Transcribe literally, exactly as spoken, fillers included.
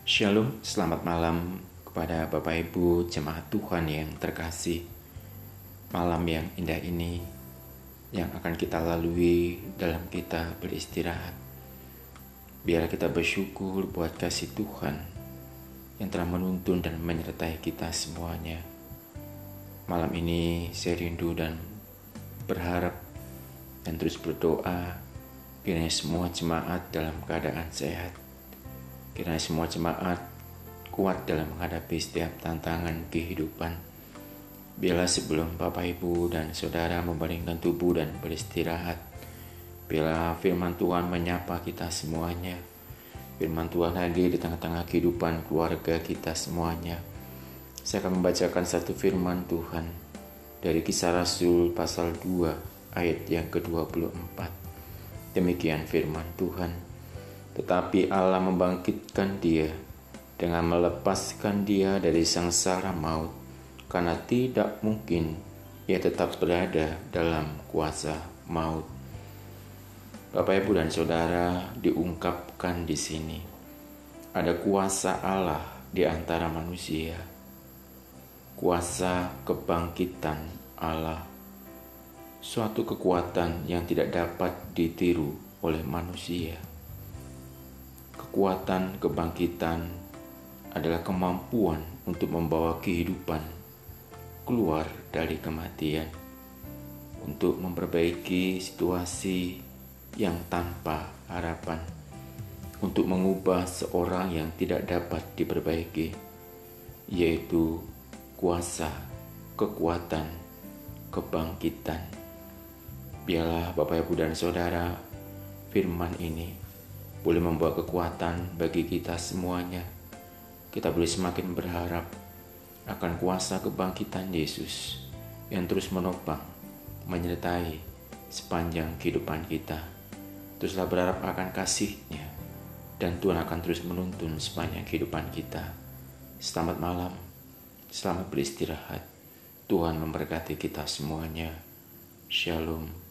Shalom, selamat malam kepada Bapak Ibu jemaat Tuhan yang terkasih. Malam yang indah ini yang akan kita lalui dalam kita beristirahat. Biar kita bersyukur buat kasih Tuhan yang telah menuntun dan menyertai kita semuanya. Malam ini saya rindu dan berharap dan terus berdoa kiranya semua jemaat dalam keadaan sehat. Kiranya semua jemaat kuat dalam menghadapi setiap tantangan kehidupan. Biarlah sebelum Bapak Ibu dan Saudara membaringkan tubuh dan beristirahat, biarlah firman Tuhan menyapa kita semuanya. Firman Tuhan hadir di tengah-tengah kehidupan keluarga kita semuanya. Saya akan membacakan satu firman Tuhan dari Kisah Rasul pasal dua ayat yang ke dua puluh empat. Demikian firman Tuhan. Tetapi Allah membangkitkan dia dengan melepaskan dia dari sengsara maut, karena tidak mungkin ia tetap berada dalam kuasa maut. Bapak, Ibu, dan Saudara, diungkapkan di sini ada kuasa Allah di antara manusia, kuasa kebangkitan Allah, suatu kekuatan yang tidak dapat ditiru oleh manusia. Kekuatan kebangkitan adalah kemampuan untuk membawa kehidupan keluar dari kematian, untuk memperbaiki situasi yang tanpa harapan, untuk mengubah seorang yang tidak dapat diperbaiki, yaitu kuasa kekuatan kebangkitan. Biarlah Bapak, Ibu, dan Saudara, firman ini boleh membawa kekuatan bagi kita semuanya. Kita boleh semakin berharap akan kuasa kebangkitan Yesus yang terus menopang, menyertai sepanjang kehidupan kita. Teruslah berharap akan kasih-Nya, dan Tuhan akan terus menuntun sepanjang kehidupan kita. Selamat malam, selamat beristirahat. Tuhan memberkati kita semuanya. Shalom.